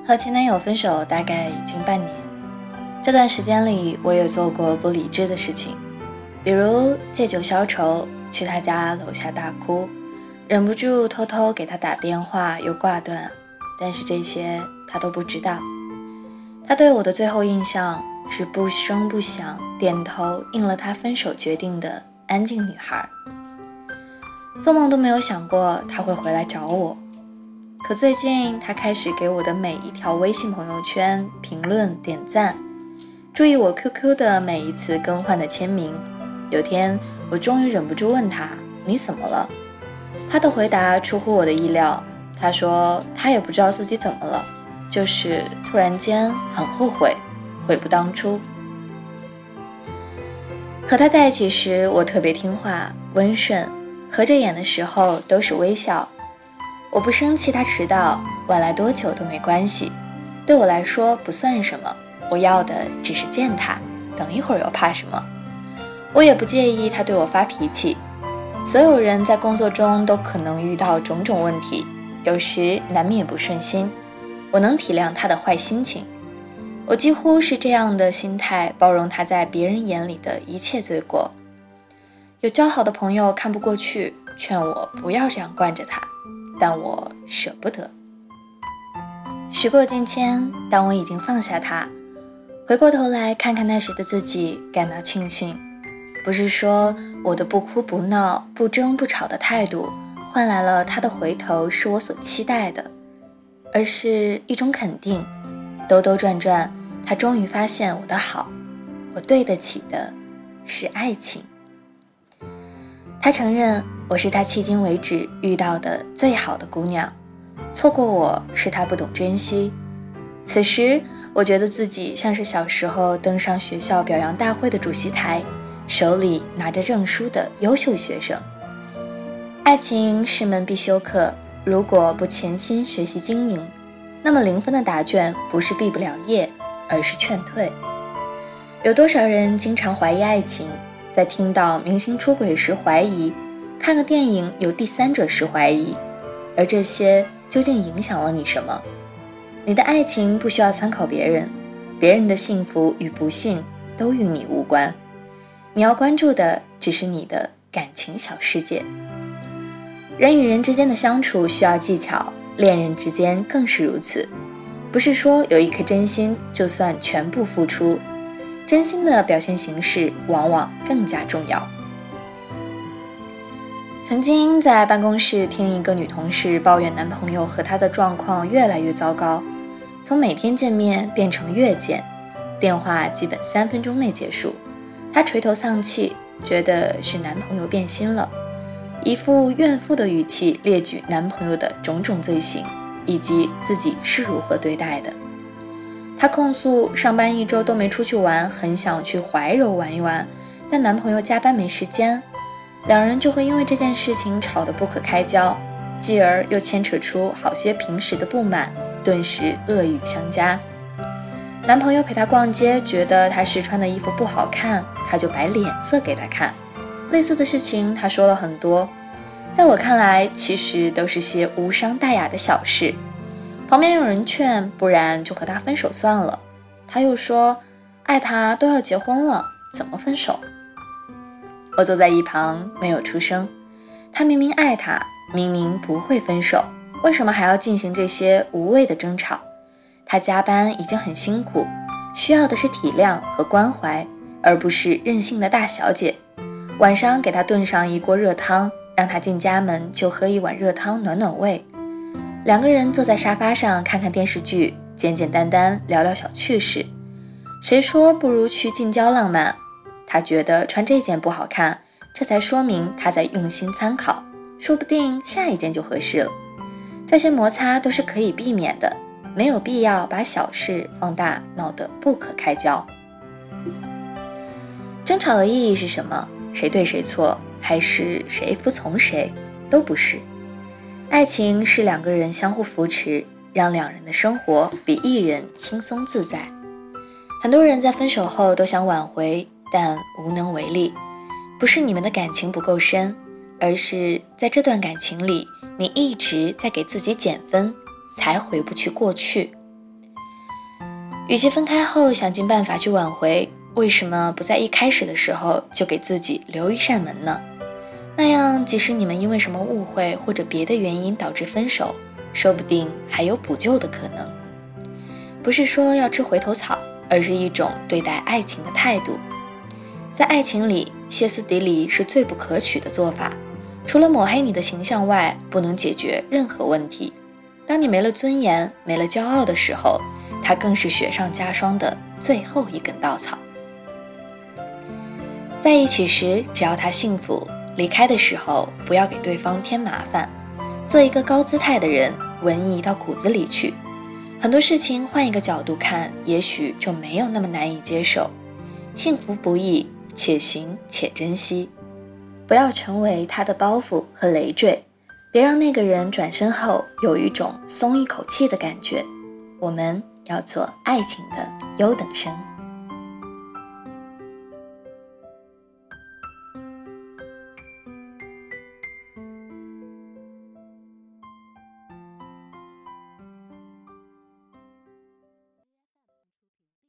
和前男友分手大概已经半年，这段时间里我也做过不理智的事情，比如借酒消愁，去他家楼下大哭，忍不住偷偷给他打电话又挂断，但是这些他都不知道。他对我的最后印象是不声不响点头应了他分手决定的安静女孩，做梦都没有想过他会回来找我。可最近他开始给我的每一条微信朋友圈评论点赞，注意我 QQ 的每一次更换的签名。有天我终于忍不住问他，你怎么了？他的回答出乎我的意料，他说他也不知道自己怎么了，就是突然间很后悔，悔不当初。和他在一起时我特别听话温顺，合着眼的时候都是微笑。我不生气他迟到，晚来多久都没关系，对我来说不算什么，我要的只是见他，等一会儿又怕什么？我也不介意他对我发脾气。所有人在工作中都可能遇到种种问题，有时难免不顺心，我能体谅他的坏心情。我几乎是这样的心态包容他在别人眼里的一切罪过。有交好的朋友看不过去，劝我不要这样惯着他，但我舍不得。时过境迁，当我已经放下他，回过头来看看那时的自己，感到庆幸。不是说我的不哭不闹不争不吵的态度换来了他的回头是我所期待的，而是一种肯定。兜兜转转，他终于发现我的好，我对得起的是爱情。他承认我是他迄今为止遇到的最好的姑娘，错过我是他不懂珍惜。此时我觉得自己像是小时候登上学校表扬大会的主席台，手里拿着证书的优秀学生。爱情是门必修课，如果不潜心学习经营，那么0分的答卷不是毕不了业，而是劝退。有多少人经常怀疑爱情，在听到明星出轨时怀疑，看个电影有第三者时怀疑，而这些究竟影响了你什么？你的爱情不需要参考别人，别人的幸福与不幸都与你无关，你要关注的只是你的感情小世界。人与人之间的相处需要技巧，恋人之间更是如此。不是说有一颗真心就算全部付出，真心的表现形式往往更加重要。曾经在办公室听一个女同事抱怨男朋友和她的状况越来越糟糕，从每天见面变成月见，电话基本3分钟内结束。她垂头丧气，觉得是男朋友变心了，一副怨妇的语气列举男朋友的种种罪行，以及自己是如何对待的。她控诉上班1周都没出去玩，很想去怀柔玩一玩，但男朋友加班没时间，两人就会因为这件事情吵得不可开交，继而又牵扯出好些平时的不满，顿时恶语相加。男朋友陪她逛街，觉得她试穿的衣服不好看，她就摆脸色给她看。类似的事情她说了很多，在我看来其实都是些无伤大雅的小事。旁边有人劝，不然就和他分手算了。他又说爱他都要结婚了，怎么分手？我坐在一旁没有出声。他明明爱他，明明不会分手，为什么还要进行这些无谓的争吵？他加班已经很辛苦，需要的是体谅和关怀，而不是任性的大小姐。晚上给他炖上一锅热汤，让他进家门就喝一碗热汤暖暖胃。两个人坐在沙发上看看电视剧，简简单单聊聊小趣事。谁说不如去近郊浪漫？他觉得穿这件不好看，这才说明他在用心参考，说不定下一件就合适了。这些摩擦都是可以避免的，没有必要把小事放大，闹得不可开交。争吵的意义是什么？谁对谁错，还是谁服从谁？都不是。爱情是两个人相互扶持，让两人的生活比一人轻松自在。很多人在分手后都想挽回，但无能为力。不是你们的感情不够深，而是在这段感情里，你一直在给自己减分，才回不去过去。 与其分开后想尽办法去挽回，为什么不在一开始的时候就给自己留一扇门呢？那样即使你们因为什么误会或者别的原因导致分手，说不定还有补救的可能。不是说要吃回头草，而是一种对待爱情的态度。在爱情里，歇斯底里是最不可取的做法，除了抹黑你的形象外，不能解决任何问题。当你没了尊严，没了骄傲的时候，它更是雪上加霜的最后一根稻草。在一起时，只要他幸福；离开的时候，不要给对方添麻烦。做一个高姿态的人，文艺到骨子里去。很多事情换一个角度看，也许就没有那么难以接受。幸福不易，且行且珍惜。不要成为他的包袱和累赘，别让那个人转身后有一种松一口气的感觉。我们要做爱情的优等生。